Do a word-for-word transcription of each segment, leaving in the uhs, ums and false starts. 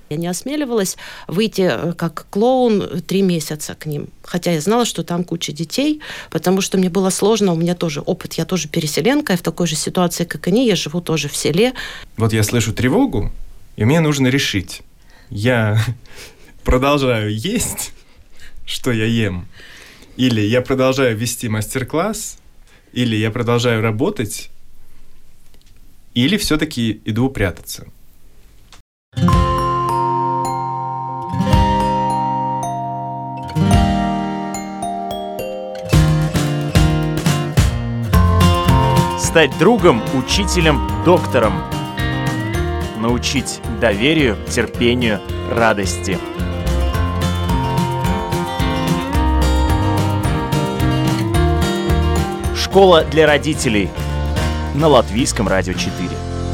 Я не осмеливалась выйти как клоун три месяца к ним. Хотя я знала, что там куча детей, потому что мне было сложно. У меня тоже опыт. Я тоже переселенка. Я в такой же ситуации, как они. Я живу тоже в селе. Вот я слышу тревогу, и мне нужно решить. Я продолжаю есть, что я ем, или я продолжаю вести мастер-класс, или я продолжаю работать, или все-таки иду прятаться. Стать другом, учителем, доктором. Научить доверию, терпению, радости. Школа для родителей на Латвийском радио четыре.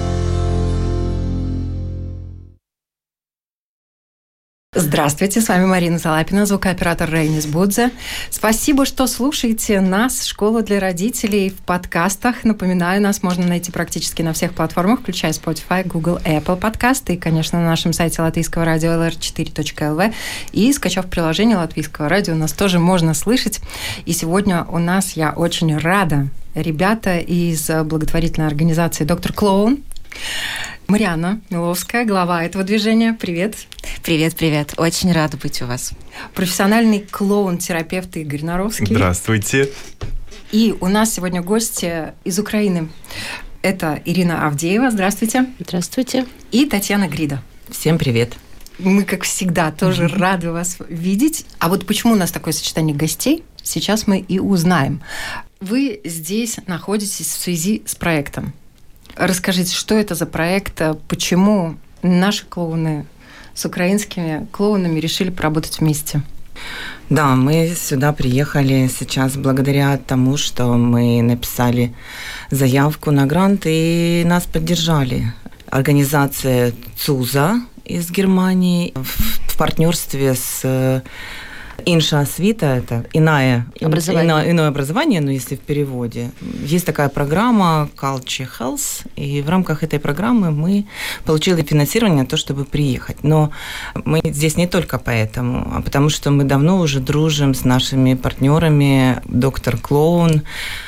Здравствуйте, с вами Марина Залапина, звукооператор Рейнис Будзе. Спасибо, что слушаете нас, «Школу для родителей», в подкастах. Напоминаю, нас можно найти практически на всех платформах, включая Spotify, Google, Apple подкасты и, конечно, на нашем сайте латвийского радио эл эр четыре точка эл ви. И, скачав приложение латвийского радио, нас тоже можно слышать. И сегодня у нас, я очень рада, ребята из благотворительной организации «Доктор Клоун». Марьяна Миловская, глава этого движения. Привет. Привет, привет. Очень рада быть у вас. Профессиональный клоун-терапевт Игорь Наровский. Здравствуйте. И у нас сегодня гости из Украины. Это Ирина Авдеева. Здравствуйте. Здравствуйте. И Татьяна Грида. Всем привет. Мы, как всегда, тоже mm-hmm. рады вас видеть. А вот почему у нас такое сочетание гостей, сейчас мы и узнаем. Вы здесь находитесь в связи с проектом. Расскажите, что это за проект, почему наши клоуны с украинскими клоунами решили поработать вместе? Да, мы сюда приехали сейчас благодаря тому, что мы написали заявку на грант, и нас поддержали. Организация ЦУЗа из Германии в партнерстве с Инша Освита, это иное образование. Иное, иное образование, но если в переводе. Есть такая программа Culture Health, и в рамках этой программы мы получили финансирование на то, чтобы приехать. Но мы здесь не только поэтому, а потому что мы давно уже дружим с нашими партнерами «Доктор Клоун»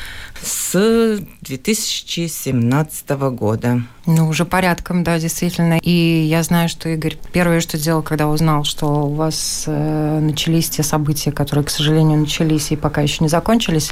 с две тысячи семнадцатого года. Ну, уже порядком, да, действительно. И я знаю, что Игорь первое, что делал, когда узнал, что у вас э, начались те события, которые, к сожалению, начались и пока еще не закончились,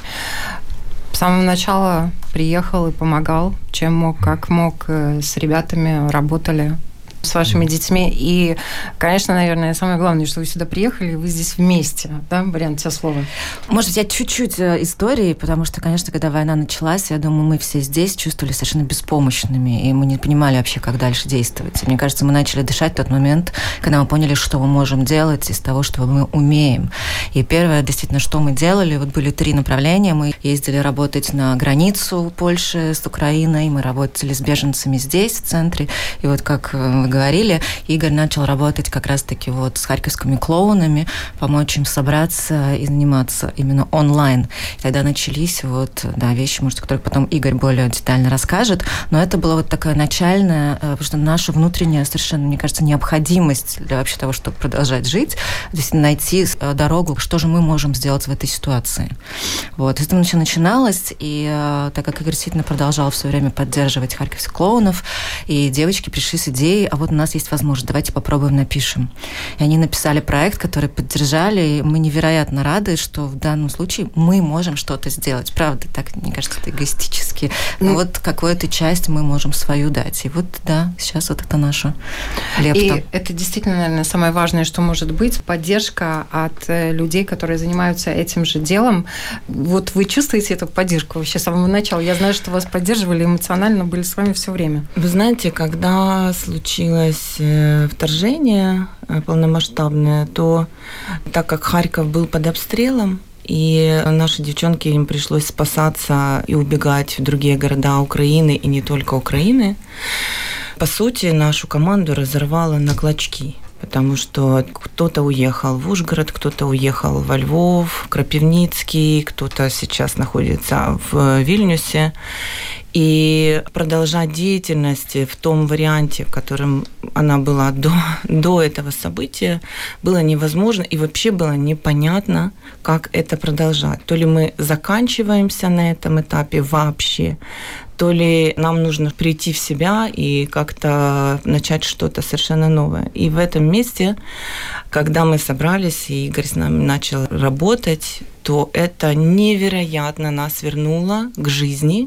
с самого начала приехал и помогал, чем мог, как мог, э, с ребятами работали, с вашими детьми. И, конечно, наверное, самое главное, что вы сюда приехали, вы здесь вместе. Да, Марьяна, тебе слово. Может, взять чуть-чуть истории, потому что, конечно, когда война началась, я думаю, мы все здесь чувствовали совершенно беспомощными, и мы не понимали вообще, как дальше действовать. И мне кажется, мы начали дышать в тот момент, когда мы поняли, что мы можем делать из того, что мы умеем. И первое, действительно, что мы делали, вот были три направления. Мы ездили работать на границу Польши с Украиной, мы работали с беженцами здесь, в центре. И вот как вы говорили, Игорь начал работать как раз-таки вот с харьковскими клоунами, помочь им собраться и заниматься именно онлайн. И тогда начались вот, да, вещи, может, о которых потом Игорь более детально расскажет, но это была вот такая начальная, потому что наша внутренняя совершенно, мне кажется, необходимость для вообще того, чтобы продолжать жить, действительно найти дорогу, что же мы можем сделать в этой ситуации. Вот. Это все начиналось, и так как Игорь действительно продолжал все время поддерживать харьковских клоунов, и девочки пришли с идеей, а вот у нас есть возможность, давайте попробуем, напишем. И они написали проект, который поддержали, и мы невероятно рады, что в данном случае мы можем что-то сделать. Правда, так, мне кажется, это эгоистически. Но ну, вот какую-то часть мы можем свою дать. И вот, да, сейчас вот это наша лепта. И это действительно, наверное, самое важное, что может быть. Поддержка от людей, которые занимаются этим же делом. Вот вы чувствуете эту поддержку вообще с самого начала? Я знаю, что вас поддерживали эмоционально, были с вами все время. Вы знаете, когда случилось вторжение полномасштабное, то так как Харьков был под обстрелом, и наши девчонки, им пришлось спасаться и убегать в другие города Украины, и не только Украины, по сути, нашу команду разорвало на клочки. Потому что кто-то уехал в Ужгород, кто-то уехал во Львов, Крапивницкий, кто-то сейчас находится в Вильнюсе. И продолжать деятельность в том варианте, в котором она была до, до этого события, было невозможно. И вообще было непонятно, как это продолжать. То ли мы заканчиваемся на этом этапе вообще, то ли нам нужно прийти в себя и как-то начать что-то совершенно новое. И в этом месте, когда мы собрались, и Игорь с нами начал работать, то это невероятно нас вернуло к жизни.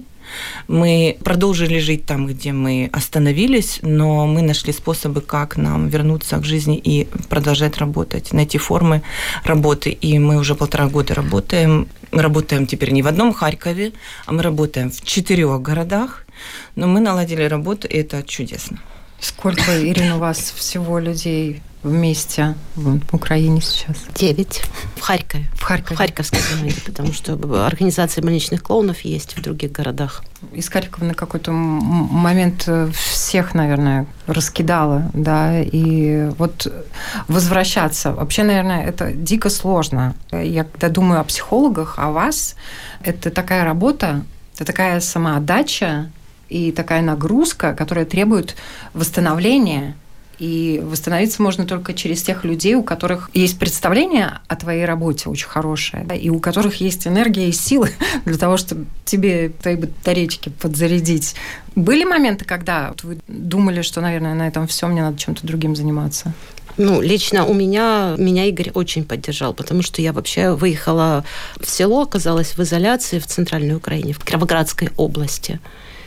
Мы продолжили жить там, где мы остановились, но мы нашли способы, как нам вернуться к жизни и продолжать работать, найти формы работы. И мы уже полтора года работаем. Мы работаем теперь не в одном Харькове, а мы работаем в четырех городах. Но мы наладили работу, и это чудесно. Сколько, Ирина, у вас всего людей вместе в Украине сейчас? Девять. В Харькове. В Харькове. В Харьковской команде, потому что организация больничных клоунов есть в других городах. Из Харькова на какой-то момент всех, наверное, раскидало, да, и вот возвращаться. Вообще, наверное, это дико сложно. Я когда думаю о психологах, о вас, это такая работа, это такая самоотдача и такая нагрузка, которая требует восстановления. И восстановиться можно только через тех людей, у которых есть представление о твоей работе очень хорошее, и у которых есть энергия и силы для того, чтобы тебе твои батарейки подзарядить. Были моменты, когда вы думали, что, наверное, на этом все, мне надо чем-то другим заниматься? Ну, лично у меня, меня Игорь очень поддержал, потому что я вообще выехала в село, оказалась в изоляции в Центральной Украине, в Кировоградской области,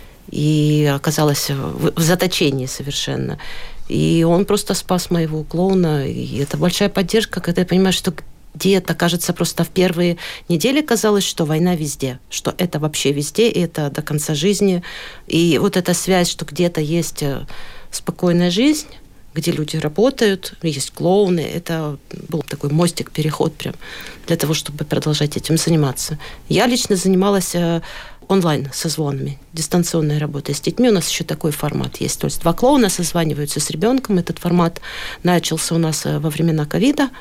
и оказалась в, в заточении совершенно. И он просто спас моего клоуна. И это большая поддержка, когда я понимаю, что где-то, кажется, просто в первые недели казалось, что война везде, что это вообще везде, и это до конца жизни. И вот эта связь, что где-то есть спокойная жизнь, где люди работают, есть клоуны, это был такой мостик, переход прям для того, чтобы продолжать этим заниматься. Я лично занималась онлайн-созвонами, дистанционной работой с детьми. У нас еще такой формат есть. То есть два клоуна созваниваются с ребенком. Этот формат начался у нас во времена ковида.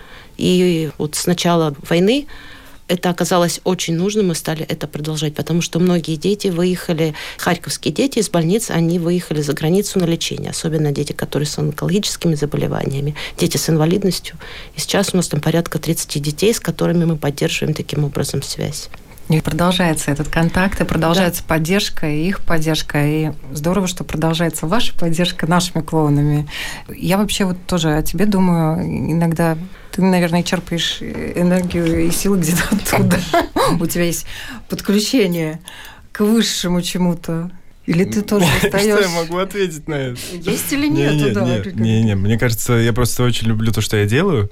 И вот с начала войны это оказалось очень нужным, мы стали это продолжать, потому что многие дети выехали, харьковские дети из больниц, они выехали за границу на лечение, особенно дети, которые с онкологическими заболеваниями, дети с инвалидностью. И сейчас у нас там порядка тридцать детей, с которыми мы поддерживаем таким образом связь. И продолжается этот контакт, и продолжается да. поддержка, и их поддержка. И здорово, что продолжается ваша поддержка нашими клоунами. Я вообще вот тоже о тебе думаю. Иногда ты, наверное, черпаешь энергию и силы где-то оттуда. У тебя есть подключение к высшему чему-то. Или ты тоже остаешься? Что я могу ответить на это? Есть или нет? Не-не, мне кажется, я просто очень люблю то, что я делаю.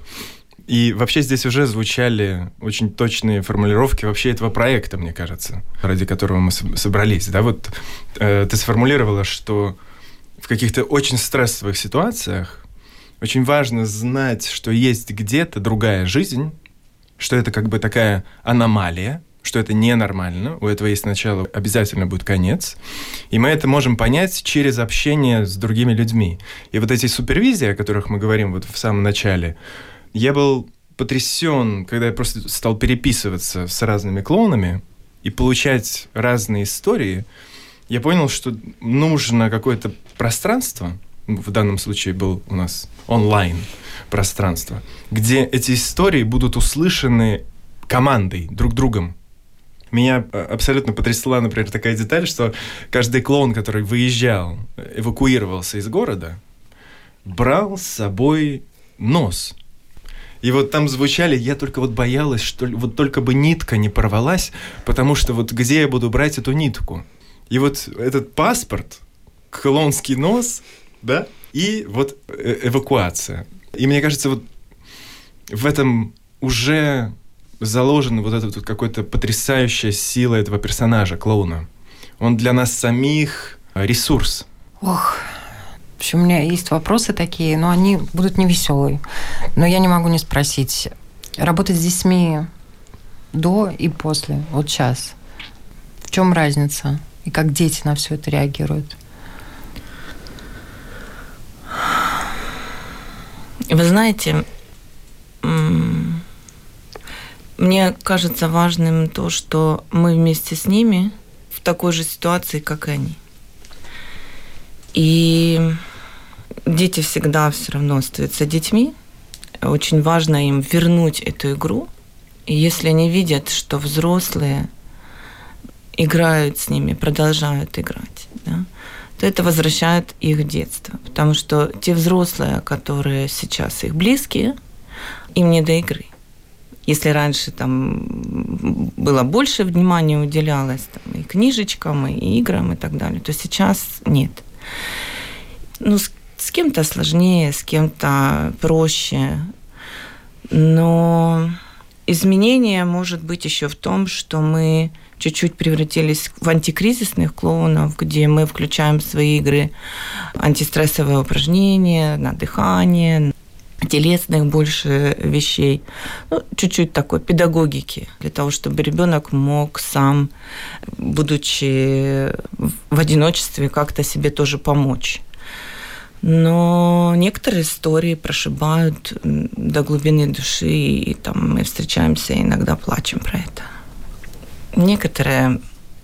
И вообще здесь уже звучали очень точные формулировки вообще этого проекта, мне кажется, ради которого мы собрались. Да, вот э, ты сформулировала, что в каких-то очень стрессовых ситуациях очень важно знать, что есть где-то другая жизнь, что это как бы такая аномалия, что это ненормально, у этого есть начало, обязательно будет конец. И мы это можем понять через общение с другими людьми. И вот эти супервизии, о которых мы говорим вот в самом начале, я был потрясен, когда я просто стал переписываться с разными клоунами и получать разные истории. Я понял, что нужно какое-то пространство, в данном случае был у нас онлайн-пространство, где эти истории будут услышаны командой, друг другом. Меня абсолютно потрясла, например, такая деталь, что каждый клоун, который выезжал, эвакуировался из города, брал с собой нос. И вот там звучали, я только вот боялась, что вот только бы нитка не порвалась, потому что вот где я буду брать эту нитку? И вот этот паспорт, клоунский нос, да, и вот эвакуация. И мне кажется, вот в этом уже заложена вот эта вот какая-то потрясающая сила этого персонажа, клоуна. Он для нас самих ресурс. Ох... В общем, у меня есть вопросы такие, но они будут невеселые. Но я не могу не спросить. Работать с детьми до и после, вот сейчас. В чем разница? И как дети на все это реагируют? Вы знаете, мне кажется важным то, что мы вместе с ними в такой же ситуации, как и они. И дети всегда все равно остаются детьми. Очень важно им вернуть эту игру. И если они видят, что взрослые играют с ними, продолжают играть, да, то это возвращает их в детство. Потому что те взрослые, которые сейчас их близкие, им не до игры. Если раньше там было больше внимания уделялось там, и книжечкам, и играм, и так далее, то сейчас нет. Ну, с, с кем-то сложнее, с кем-то проще. Но изменение может быть еще в том, что мы чуть-чуть превратились в антикризисных клоунов, где мы включаем в свои игры антистрессовые упражнения, на дыхание, телесных больше вещей. Ну, чуть-чуть такой педагогики, для того, чтобы ребенок мог сам, будучи в одиночестве, как-то себе тоже помочь. Но некоторые истории прошибают до глубины души, и там мы встречаемся и иногда плачем про это. Некоторые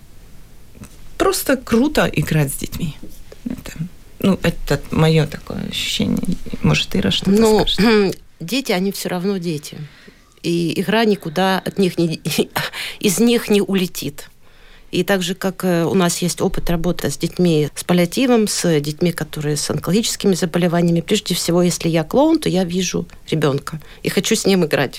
просто круто играть с детьми. Это, ну, это мое такое ощущение. Может, Ира что-то ну, скажет? Дети, они все равно дети. И игра никуда от них не, из них не улетит. И так же, как у нас есть опыт работы с детьми с паллиативом, с детьми, которые с онкологическими заболеваниями, прежде всего, если я клоун, то я вижу ребенка и хочу с ним играть.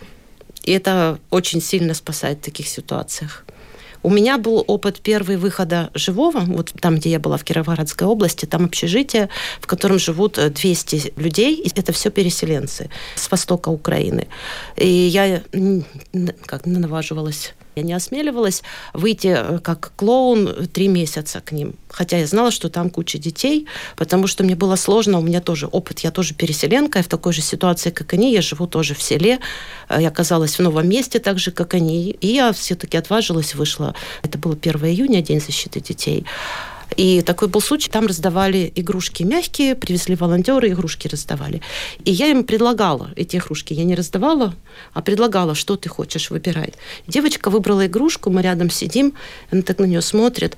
И это очень сильно спасает в таких ситуациях. У меня был опыт первого выхода живого, вот там, где я была в Кировоградской области, там общежитие, в котором живут двести людей, и это все переселенцы с востока Украины. И я как наваживалась, я не осмеливалась выйти как клоун три месяца к ним. Хотя я знала, что там куча детей, потому что мне было сложно, у меня тоже опыт, я тоже переселенка, я в такой же ситуации, как они, я живу тоже в селе, я оказалась в новом месте, так же, как они, и я все-таки отважилась, вышла. Это было первого июня, День защиты детей. И такой был случай, там раздавали игрушки мягкие, привезли волонтеры, игрушки раздавали. И я им предлагала эти игрушки. Я не раздавала, а предлагала, что ты хочешь, выбирай. Девочка выбрала игрушку, мы рядом сидим, она так на нее смотрит.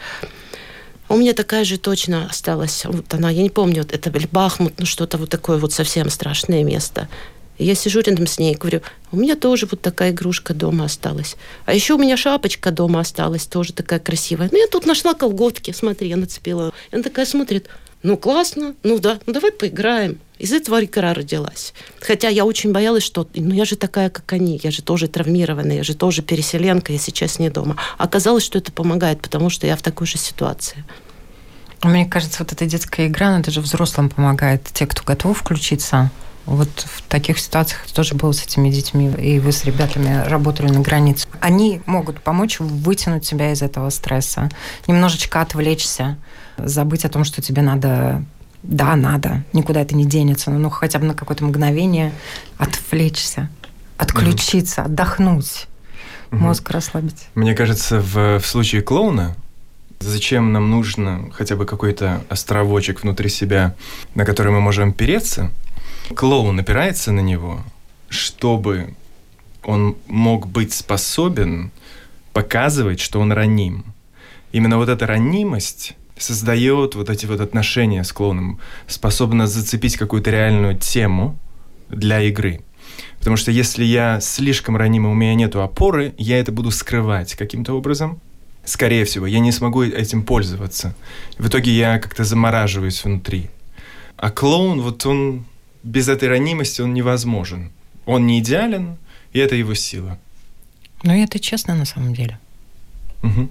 У меня такая же точно осталась. Вот она, я не помню, это был Бахмут, ну что-то вот такое вот совсем страшное место. И я сижу рядом с ней и говорю, у меня тоже вот такая игрушка дома осталась. А еще у меня шапочка дома осталась, тоже такая красивая. Ну, я тут нашла колготки, смотри, я нацепила. И она такая смотрит, ну, классно, ну да, ну давай поиграем. Из этого игра родилась. Хотя я очень боялась, что, ну, я же такая, как они, я же тоже травмированная, я же тоже переселенка, я сейчас не дома. А оказалось, что это помогает, потому что я в такой же ситуации. Мне кажется, вот эта детская игра, она даже взрослым помогает, те, кто готов включиться. Вот в таких ситуациях тоже было с этими детьми, и вы с ребятами работали на границе. Они могут помочь вытянуть себя из этого стресса, немножечко отвлечься, забыть о том, что тебе надо, да, надо, никуда это не денется, но хотя бы на какое-то мгновение отвлечься, отключиться, отдохнуть, мозг расслабить. Мне кажется, в, в случае клоуна, зачем нам нужно хотя бы какой-то островочек внутри себя, на который мы можем опереться. Клоун опирается на него, чтобы он мог быть способен показывать, что он раним. Именно вот эта ранимость создает вот эти вот отношения с клоуном, способна зацепить какую-то реальную тему для игры. Потому что если я слишком ранимый, у меня нету опоры, я это буду скрывать каким-то образом. Скорее всего, я не смогу этим пользоваться. В итоге я как-то замораживаюсь внутри. А клоун, вот он... Без этой ранимости он невозможен. Он не идеален, и это его сила. Ну, и это честно на самом деле. Угу.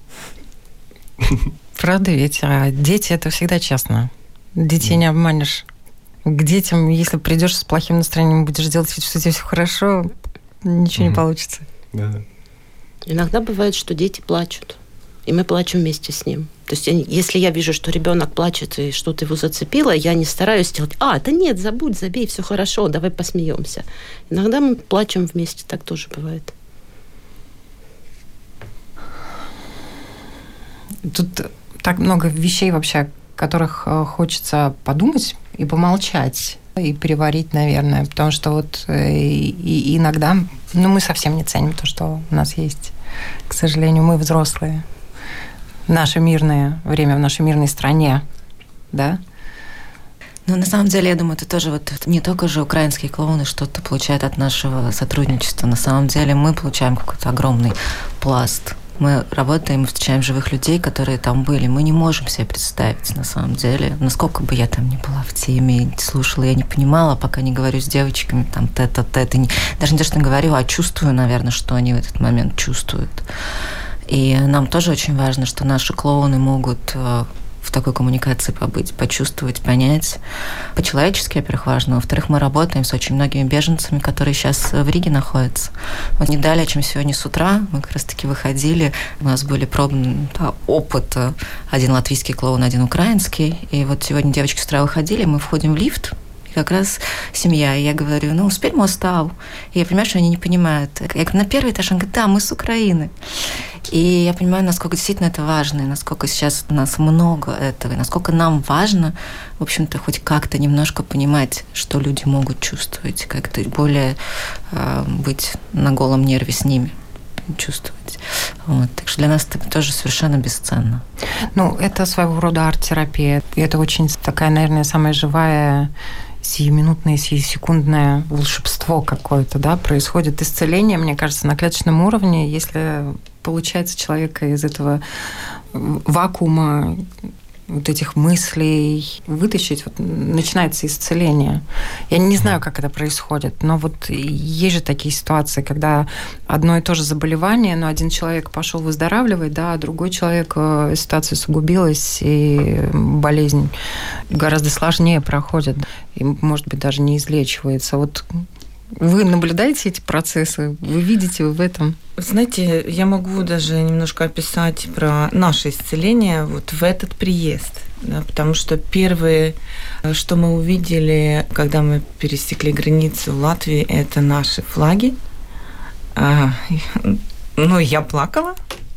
Правда ведь? А дети – это всегда честно. Детей mm. не обманешь. К детям, если придешь с плохим настроением, будешь делать вид, что тебе все хорошо, ничего mm-hmm. не получится. Да. Иногда бывает, что дети плачут, и мы плачем вместе с ним. То есть, если я вижу, что ребенок плачет и что-то его зацепило, я не стараюсь сделать, а, да нет, забудь, забей, все хорошо, давай посмеемся. Иногда мы плачем вместе, так тоже бывает. Тут так много вещей вообще, о которых хочется подумать и помолчать, и переварить, наверное, потому что вот и, и иногда, ну, мы совсем не ценим то, что у нас есть. К сожалению, мы взрослые. в наше мирное время, в нашей мирной стране, да? Ну, на самом деле, я думаю, это тоже вот не только же украинские клоуны что-то получают от нашего сотрудничества. На самом деле мы получаем какой-то огромный пласт. Мы работаем и встречаем живых людей, которые там были. Мы не можем себе представить, на самом деле, насколько бы я там ни была в теме, слушала, я не понимала, пока не говорю с девочками, там, тет-а-тет. И не, даже не то, что говорю, а чувствую, наверное, что они в этот момент чувствуют. И нам тоже очень важно, что наши клоуны могут в такой коммуникации побыть, почувствовать, понять. По-человечески, во-первых, важно. Во-вторых, мы работаем с очень многими беженцами, которые сейчас в Риге находятся. Вот не далее, чем сегодня с утра, мы как раз-таки выходили, у нас были пробные да, опыты. Один латвийский клоун, один украинский. И вот сегодня девочки с утра выходили, мы входим в лифт, как раз семья. И я говорю, ну, успели мы устал. И я понимаю, что они не понимают. Я говорю, на первый этаж? Он говорит, да, мы с Украины. И я понимаю, насколько действительно это важно, и насколько сейчас у нас много этого, и насколько нам важно, в общем-то, хоть как-то немножко понимать, что люди могут чувствовать, как-то более э, быть на голом нерве с ними, чувствовать. Вот. Так что для нас это тоже совершенно бесценно. Ну, это своего рода арт-терапия. И это очень такая, наверное, самая живая сиюминутное, сиюсекундное волшебство какое-то, да, происходит исцеление, мне кажется, на клеточном уровне, если получается человека из этого вакуума вот этих мыслей вытащить, вот, начинается исцеление. Я не знаю, как это происходит, но вот есть же такие ситуации, когда одно и то же заболевание, но один человек пошел выздоравливать, да, а другой человек, ситуация усугубилась, и болезнь гораздо сложнее проходит, и, может быть, даже не излечивается. Вот вы наблюдаете эти процессы? Вы видите в этом? Знаете, я могу даже немножко описать про наше исцеление вот в этот приезд. Да, потому что первое, что мы увидели, когда мы пересекли границу в Латвии, это наши флаги. А, ну, я плакала.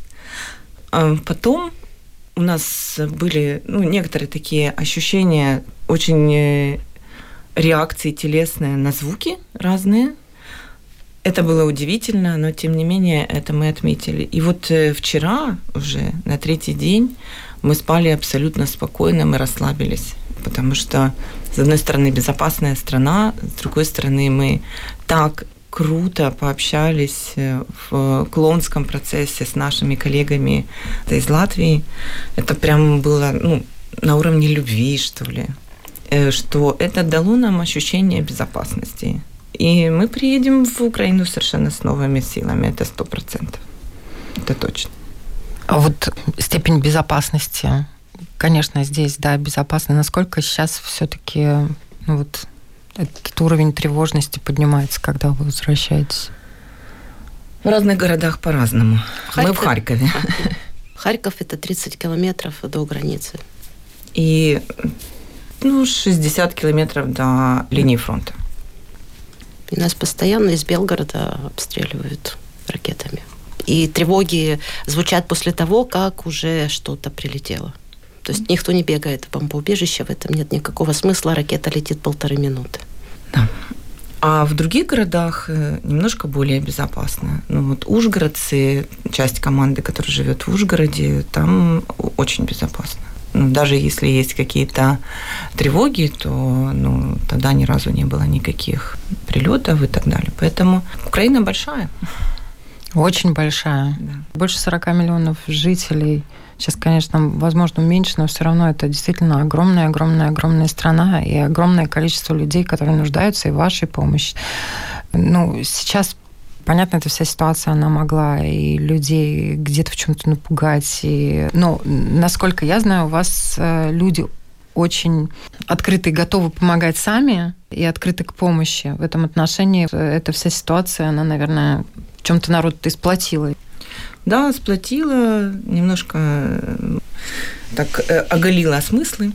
А потом у нас были ну, некоторые такие ощущения очень... реакции телесные на звуки разные. Это было удивительно, но, тем не менее, это мы отметили. И вот вчера уже, на третий день, мы спали абсолютно спокойно, мы расслабились. Потому что, с одной стороны, безопасная страна, с другой стороны, мы так круто пообщались в клоунском процессе с нашими коллегами из Латвии. Это прям было ну, на уровне любви, что ли. Что это дало нам ощущение безопасности. И мы приедем в Украину совершенно с новыми силами. Это сто процентов. Это точно. А вот степень безопасности, конечно, здесь, да, безопасно. Насколько сейчас все-таки ну, вот, этот уровень тревожности поднимается, когда вы возвращаетесь? В разных городах по-разному. Харьков, мы в Харькове. Харьков – это тридцать километров до границы. И ну, шестьдесят километров до линии фронта. И нас постоянно из Белгорода обстреливают ракетами. И тревоги звучат после того, как уже что-то прилетело. То есть никто не бегает в бомбоубежище, в этом нет никакого смысла, ракета летит полторы минуты. Да. А в других городах немножко более безопасно. Ну, вот ужгородцы, часть команды, которая живет в Ужгороде, там очень безопасно. Ну, даже если есть какие-то тревоги, то ну, тогда ни разу не было никаких прилетов и так далее. Поэтому Украина большая. Очень большая. Да. Больше сорок миллионов жителей. Сейчас, конечно, возможно, меньше, но все равно это действительно огромная-огромная-огромная страна и огромное количество людей, которые нуждаются и в вашей помощи. Ну, сейчас, понятно, эта вся ситуация, она могла и людей где-то в чем-то напугать. И... Но, насколько я знаю, у вас люди очень открыты и готовы помогать сами и открыты к помощи. В этом отношении эта вся ситуация, она, наверное, в чем-то народ-то и сплотила. Да, сплотила, немножко так оголила смыслы,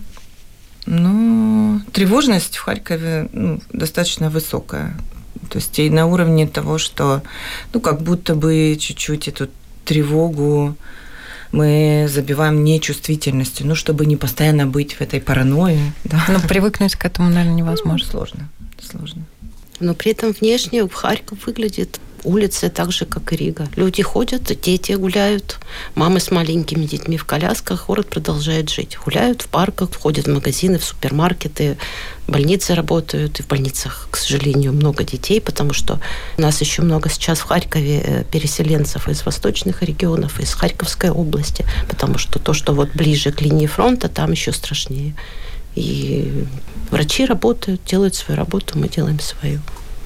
но тревожность в Харькове ну, достаточно высокая. То есть и на уровне того, что ну, как будто бы чуть-чуть эту тревогу мы забиваем нечувствительностью, ну, чтобы не постоянно быть в этой паранойи. Да. Но привыкнуть к этому, наверное, невозможно. Ну, сложно, сложно. Но при этом внешне Харьков выглядит улицы так же, как и Рига. Люди ходят, дети гуляют, мамы с маленькими детьми в колясках, город продолжает жить. Гуляют в парках, ходят в магазины, в супермаркеты, больницы работают. И в больницах, к сожалению, много детей, потому что у нас еще много сейчас в Харькове переселенцев из восточных регионов, из Харьковской области, потому что то, что вот ближе к линии фронта, там еще страшнее. И врачи работают, делают свою работу, мы делаем свою.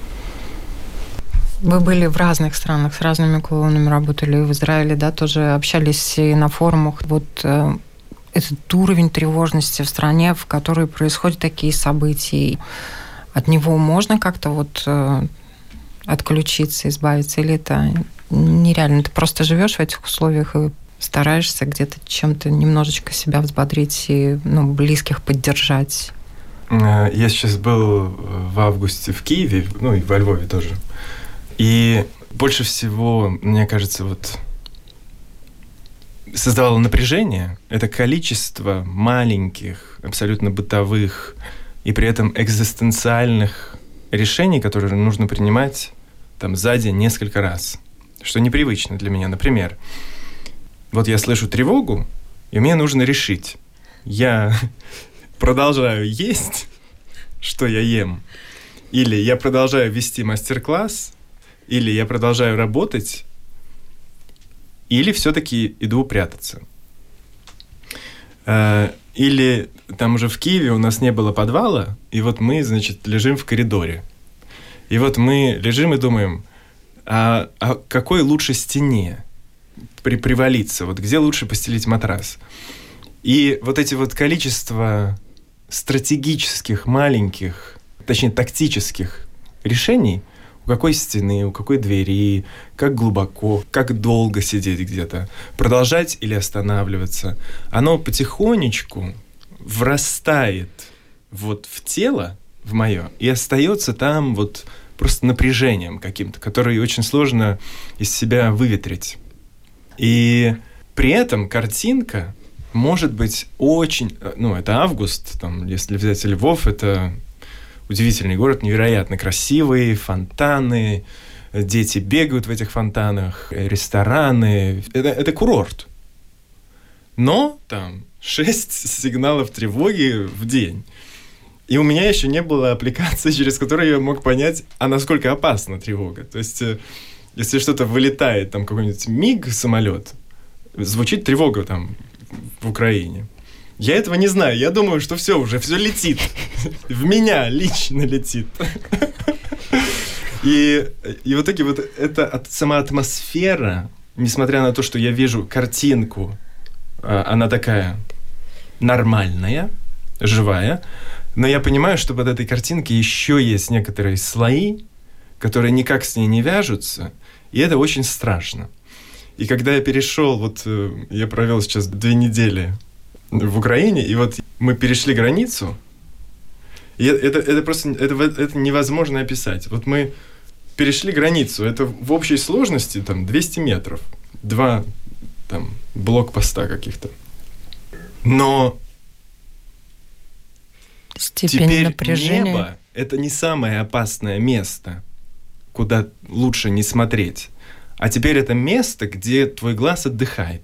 Вы были в разных странах, с разными клоунами работали, в Израиле, да, тоже общались и на форумах. Вот э, этот уровень тревожности в стране, в которой происходят такие события, от него можно как-то вот э, отключиться, избавиться, или это нереально? Ты просто живешь в этих условиях и стараешься где-то чем-то немножечко себя взбодрить и, ну, близких поддержать? Я сейчас был в августе в Киеве, ну и во Львове тоже. И больше всего, мне кажется, вот создавало напряжение это количество маленьких, абсолютно бытовых и при этом экзистенциальных решений, которые нужно принимать там за день несколько раз, что непривычно для меня. Например, вот я слышу тревогу, и мне нужно решить, я продолжаю есть, что я ем, или я продолжаю вести мастер-класс, или я продолжаю работать, или все-таки иду прятаться. Или там уже в Киеве у нас не было подвала, и вот мы, значит, лежим в коридоре. И вот мы лежим и думаем, а, а какой лучше стене при, привалиться, вот где лучше постелить матрас. И вот эти вот количество стратегических, маленьких, точнее, тактических решений, у какой стены, у какой двери, как глубоко, как долго сидеть где-то, продолжать или останавливаться, оно потихонечку врастает вот в тело, в мое, и остается там вот просто напряжением каким-то, которое очень сложно из себя выветрить. И при этом картинка может быть очень... Ну, это август, там, если взять Львов, это удивительный город, невероятно красивый, фонтаны, дети бегают в этих фонтанах, рестораны. Это, это курорт. Но там шесть сигналов тревоги в день. И у меня еще не было аппликации, через которую я мог понять, а насколько опасна тревога. То есть, если что-то вылетает, там какой-нибудь миг-самолет, звучит тревога там в Украине. Я этого не знаю. Я думаю, что все уже, все летит. В меня лично летит. И, и в итоге вот эта сама атмосфера, несмотря на то, что я вижу картинку, она такая нормальная, живая, но я понимаю, что под этой картинкой еще есть некоторые слои, которые никак с ней не вяжутся, и это очень страшно. И когда я перешел, вот я провел сейчас две недели в Украине, и вот мы перешли границу, и это, это просто это, это невозможно описать. Вот мы перешли границу, это в общей сложности там двести метров, два там блокпоста каких-то. Но степень теперь напряжения. Небо – это не самое опасное место, куда лучше не смотреть. А теперь это место, где твой глаз отдыхает.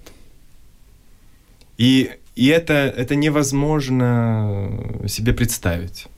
И, и это, это невозможно себе представить.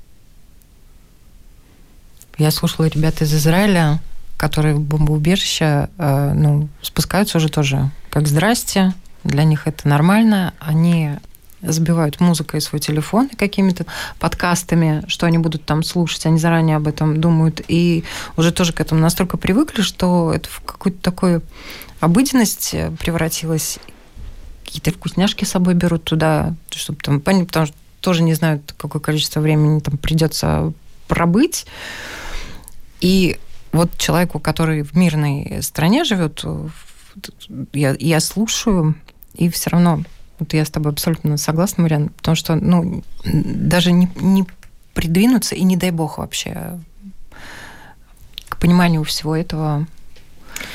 Я слушала ребят из Израиля, которые в бомбоубежище э, ну, спускаются уже тоже как «здрасте». Для них это нормально. Они забивают музыкой свой телефон какими-то подкастами, что они будут там слушать, они заранее об этом думают, и уже тоже к этому настолько привыкли, что это в какую-то такую обыденность превратилось. Какие-то вкусняшки с собой берут туда, чтобы там, потому что тоже не знают, какое количество времени там придется пробыть. И вот человеку, который в мирной стране живет, я, я слушаю, и все равно вот я с тобой абсолютно согласна, Марьяна, потому что, ну, даже не, не придвинуться, и не дай бог вообще к пониманию всего этого.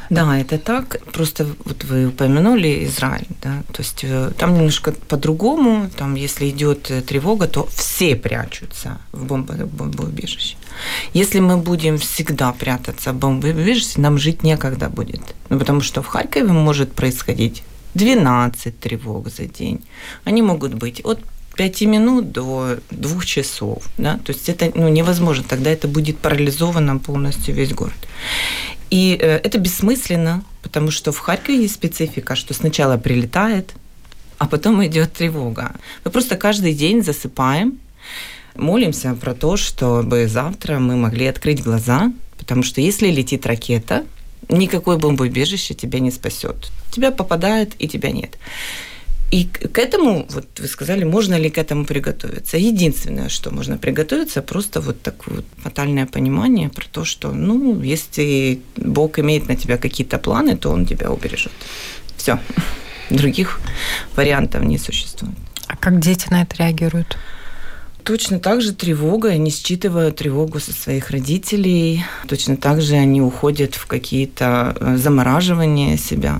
Да, это так. Просто вот вы упомянули Израиль, да, то есть там немножко по-другому. Там, если идет тревога, то все прячутся в бомбоубежище. Если мы будем всегда прятаться в бомбоубежище, нам жить некогда будет. Ну, потому что в Харькове может происходить двенадцать тревог за день. Они могут быть от пяти минут до двух часов. Да? То есть это ну, невозможно. Тогда это будет парализовано полностью весь город. И э, это бессмысленно, потому что в Харькове есть специфика, что сначала прилетает, а потом идет тревога. Мы просто каждый день засыпаем, молимся про то, чтобы завтра мы могли открыть глаза, потому что если летит ракета, никакое бомбоубежище тебя не спасет. Тебя попадает, и тебя нет. И к этому, вот вы сказали, можно ли к этому приготовиться? Единственное, что можно приготовиться, просто вот такое вот фатальное понимание про то, что, ну, если Бог имеет на тебя какие-то планы, то Он тебя убережет. Все. Других вариантов не существует. А как дети на это реагируют? Точно так же тревога, они считывают тревогу со своих родителей, точно так же они уходят в какие-то замораживания себя.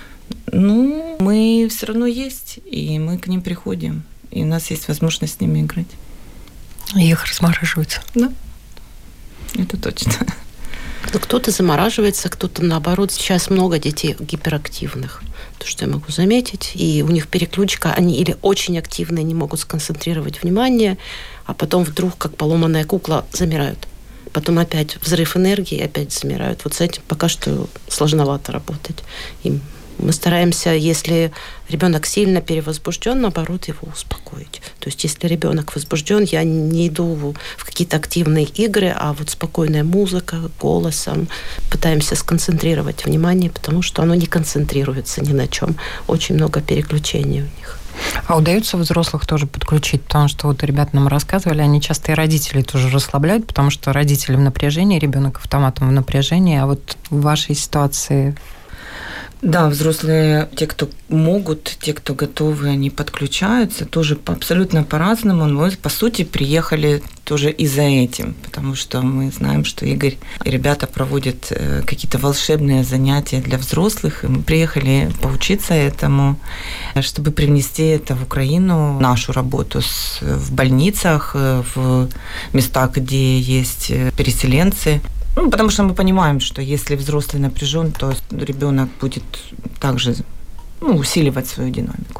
Ну, мы все равно есть, и мы к ним приходим, и у нас есть возможность с ними играть. И их размораживать. Да, это точно. Кто-то замораживается, кто-то наоборот. Сейчас много детей гиперактивных, то, что я могу заметить, и у них переключка, они или очень активные, не могут сконцентрировать внимание, а потом вдруг, как поломанная кукла, замирают. Потом опять взрыв энергии, опять замирают. Вот с этим пока что сложновато работать им. Мы стараемся, если ребенок сильно перевозбужден, наоборот, его успокоить. То есть, если ребенок возбужден, я не иду в какие-то активные игры, а вот спокойная музыка, голосом. Пытаемся сконцентрировать внимание, потому что оно не концентрируется ни на чем. Очень много переключений у них. А удается взрослых тоже подключить? Потому что вот ребята нам рассказывали, они часто и родителей тоже расслабляют, потому что родители в напряжении, ребенок автоматом в напряжении. А вот в вашей ситуации... Да, взрослые, те, кто могут, те, кто готовы, они подключаются, тоже абсолютно по-разному. Мы, по сути, приехали тоже и за этим, потому что мы знаем, что Игорь и ребята проводят какие-то волшебные занятия для взрослых, и мы приехали поучиться этому, чтобы привнести это в Украину, нашу работу с, в больницах, в местах, где есть переселенцы. Ну, потому что мы понимаем, что если взрослый напряжен, то ребенок будет также ну, усиливать свою динамику.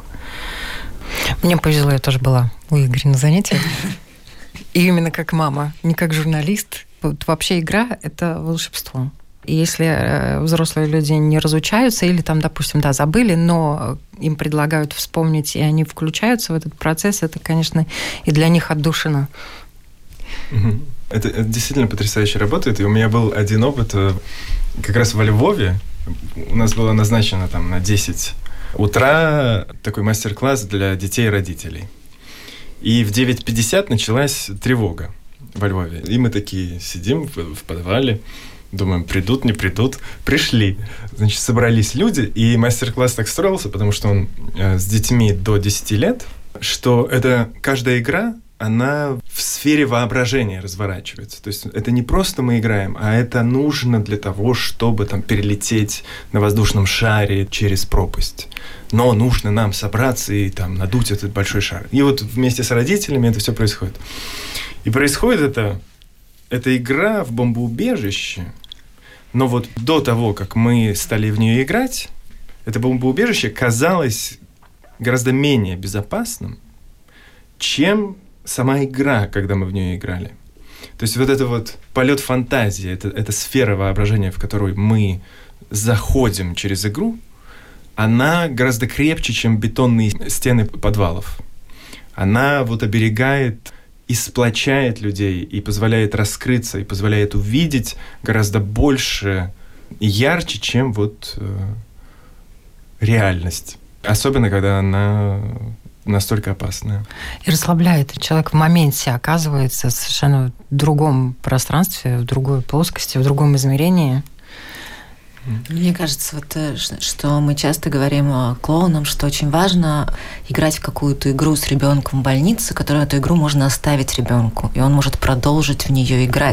Мне повезло, я тоже была у Игоря на занятиях. И именно как мама, не как журналист. Вот вообще игра – это волшебство. И если взрослые люди не разучаются или там, допустим, да, забыли, но им предлагают вспомнить, и они включаются в этот процесс, это, конечно, и для них отдушина. Это, это действительно потрясающе работает. И у меня был один опыт как раз во Львове. У нас было назначено там на десять утра такой мастер-класс для детей и родителей. И в девять пятьдесят началась тревога во Львове. И мы такие сидим в, в подвале, думаем, придут, не придут. Пришли. Значит, собрались люди, и мастер-класс так строился, потому что он э, с детьми до десяти лет, что это каждая игра, она в сфере воображения разворачивается. То есть это не просто мы играем, а это нужно для того, чтобы там перелететь на воздушном шаре через пропасть. Но нужно нам собраться и там надуть этот большой шар. И вот вместе с родителями это все происходит. И происходит это, эта игра в бомбоубежище, но вот до того, как мы стали в нее играть, это бомбоубежище казалось гораздо менее безопасным, чем сама игра, когда мы в нее играли. То есть вот это вот полет фантазии, это, это сфера воображения, в которую мы заходим через игру, она гораздо крепче, чем бетонные стены подвалов. Она вот оберегает и сплочает людей, и позволяет раскрыться, и позволяет увидеть гораздо больше и ярче, чем вот э, реальность. Особенно, когда она настолько опасная. И расслабляет. Человек в моменте оказывается совершенно в другом пространстве, в другой плоскости, в другом измерении. Мне кажется, вот, что мы часто говорим клоунам, что очень важно играть в какую-то игру с ребенком в больнице, которую эту игру можно оставить ребенку, и он может продолжить в нее играть.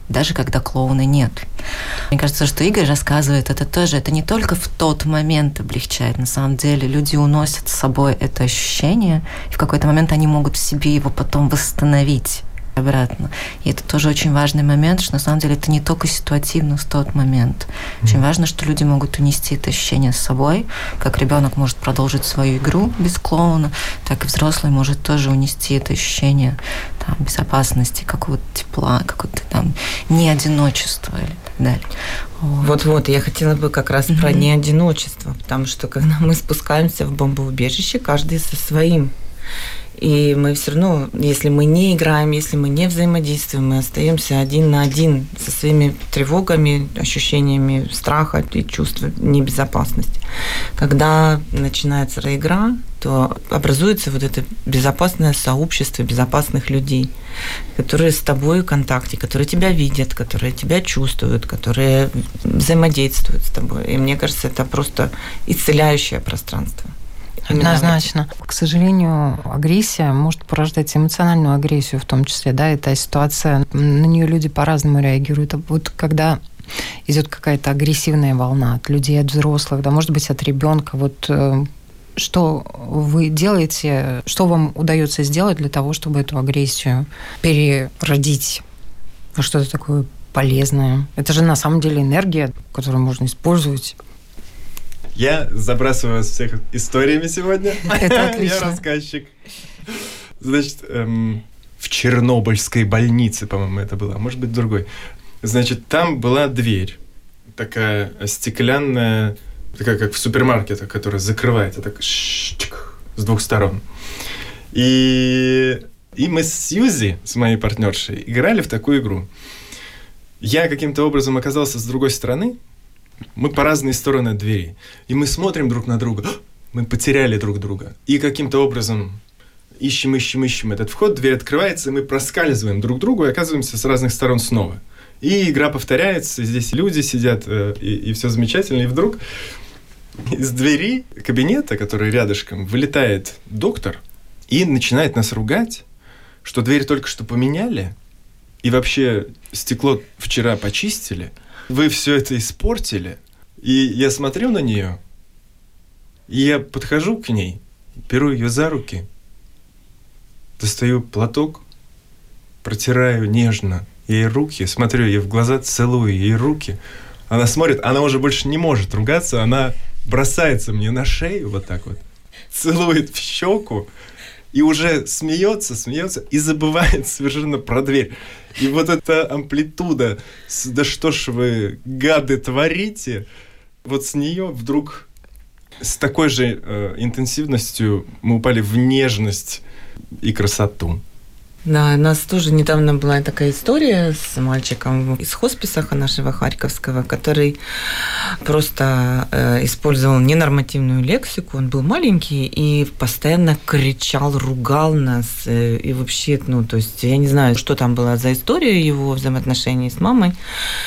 даже когда клоуна нет. Мне кажется, что Игорь рассказывает, это тоже, это не только в тот момент облегчает. На самом деле люди уносят с собой это ощущение, и в какой-то момент они могут в себе его потом восстановить обратно. И это тоже очень важный момент, что на самом деле это не только ситуативно в тот момент. Очень важно, что люди могут унести это ощущение с собой, как ребенок может продолжить свою игру без клоуна, так и взрослый может тоже унести это ощущение там, безопасности, какого-то тепла, какого-то там неодиночества или так далее. Вот. Вот-вот, я хотела бы как раз mm-hmm. про неодиночество, потому что когда мы спускаемся в бомбоубежище, каждый со своим. И мы все равно, если мы не играем, если мы не взаимодействуем, мы остаемся один на один со своими тревогами, ощущениями страха и чувства небезопасности. Когда начинается игра, то образуется вот это безопасное сообщество безопасных людей, которые с тобой в контакте, которые тебя видят, которые тебя чувствуют, которые взаимодействуют с тобой. И мне кажется, это просто исцеляющее пространство. Однозначно. К сожалению, агрессия может порождать эмоциональную агрессию в том числе. Да, эта ситуация, на нее люди по-разному реагируют. Вот когда идет какая-то агрессивная волна от людей, от взрослых, да, может быть, от ребенка, вот что вы делаете, что вам удается сделать для того, чтобы эту агрессию переродить во что-то такое полезное? Это же на самом деле энергия, которую можно использовать. Я забрасываю вас всех историями сегодня. Это отлично. Я рассказчик. Значит, эм, в Чернобыльской больнице, по-моему, это было, а может быть, другой. Значит, там была дверь, такая стеклянная, такая, как в супермаркетах, которая закрывается так с двух сторон. И, и мы с Сьюзи, с моей партнершей, играли в такую игру. Я каким-то образом оказался с другой стороны. Мы по разные стороны от двери. И мы смотрим друг на друга. Мы потеряли друг друга. И каким-то образом ищем, ищем, ищем этот вход. Дверь открывается, и мы проскальзываем друг к другу и оказываемся с разных сторон снова. И игра повторяется. Здесь люди сидят, и, и все замечательно. И вдруг из двери кабинета, который рядышком, вылетает доктор и начинает нас ругать, что дверь только что поменяли, и вообще стекло вчера почистили. Вы все это испортили. И я смотрю на нее, и я подхожу к ней, беру ее за руки, достаю платок, протираю нежно ей руки, смотрю ей в глаза, целую ей руки. Она смотрит, она уже больше не может ругаться, она бросается мне на шею вот так вот, целует в щеку, и уже смеется, смеется, и забывает совершенно про дверь. И вот эта амплитуда, да что ж вы, гады, творите, вот с нее вдруг с такой же э, интенсивностью мы упали в нежность и красоту. Да, у нас тоже недавно была такая история с мальчиком из хосписа нашего Харьковского, который просто э, использовал ненормативную лексику. Он был маленький и постоянно кричал, ругал нас. Э, и вообще, ну, то есть я не знаю, что там была за история его взаимоотношений с мамой,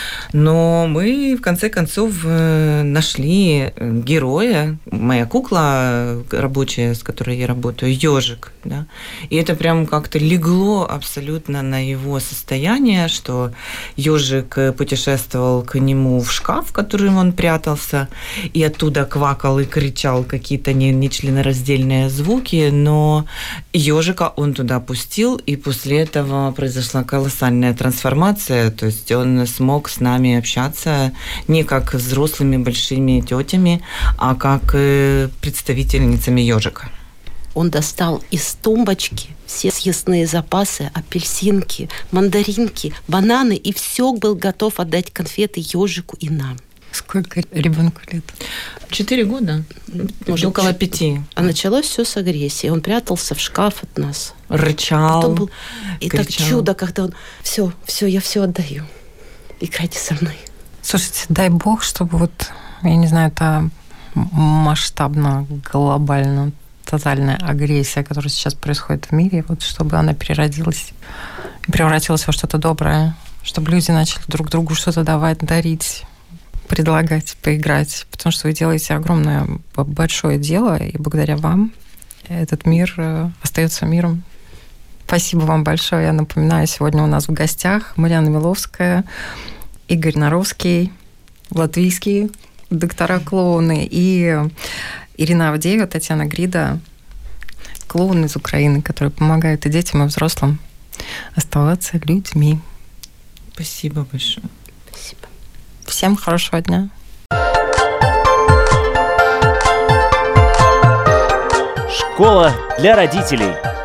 но мы, в конце концов, э, нашли героя. Моя кукла рабочая, с которой я работаю, ежик, да. И это прям как-то легло абсолютно на его состояние, что ежик путешествовал к нему в шкаф, в котором он прятался, и оттуда квакал и кричал какие-то нечленораздельные звуки, но ежика он туда пустил, и после этого произошла колоссальная трансформация, то есть он смог с нами общаться не как с взрослыми большими тетями, а как представительницами ежика. Он достал из тумбочки все съестные запасы, апельсинки, мандаринки, бананы, и все был готов отдать конфеты ежику и нам. Сколько ребенку лет? Четыре года. Может, около пяти. А началось все с агрессии. Он прятался в шкаф от нас. Рычал. Был... И кричал. Так чудо, когда он... Все, все, я все отдаю. Играйте со мной. Слушайте, дай бог, чтобы вот, я не знаю, это масштабно, глобально тотальная агрессия, которая сейчас происходит в мире, вот чтобы она переродилась и превратилась во что-то доброе, чтобы люди начали друг другу что-то давать, дарить, предлагать, поиграть, потому что вы делаете огромное, большое дело, и благодаря вам этот мир остается миром. Спасибо вам большое. Я напоминаю, сегодня у нас в гостях Марьяна Миловская, Игорь Наровский, латвийские доктора-клоуны, и Ирина Авдеева, Татьяна Грида, клоуны из Украины, которые помогают и детям, и взрослым оставаться людьми. Спасибо большое. Спасибо. Всем хорошего дня. Школа для родителей.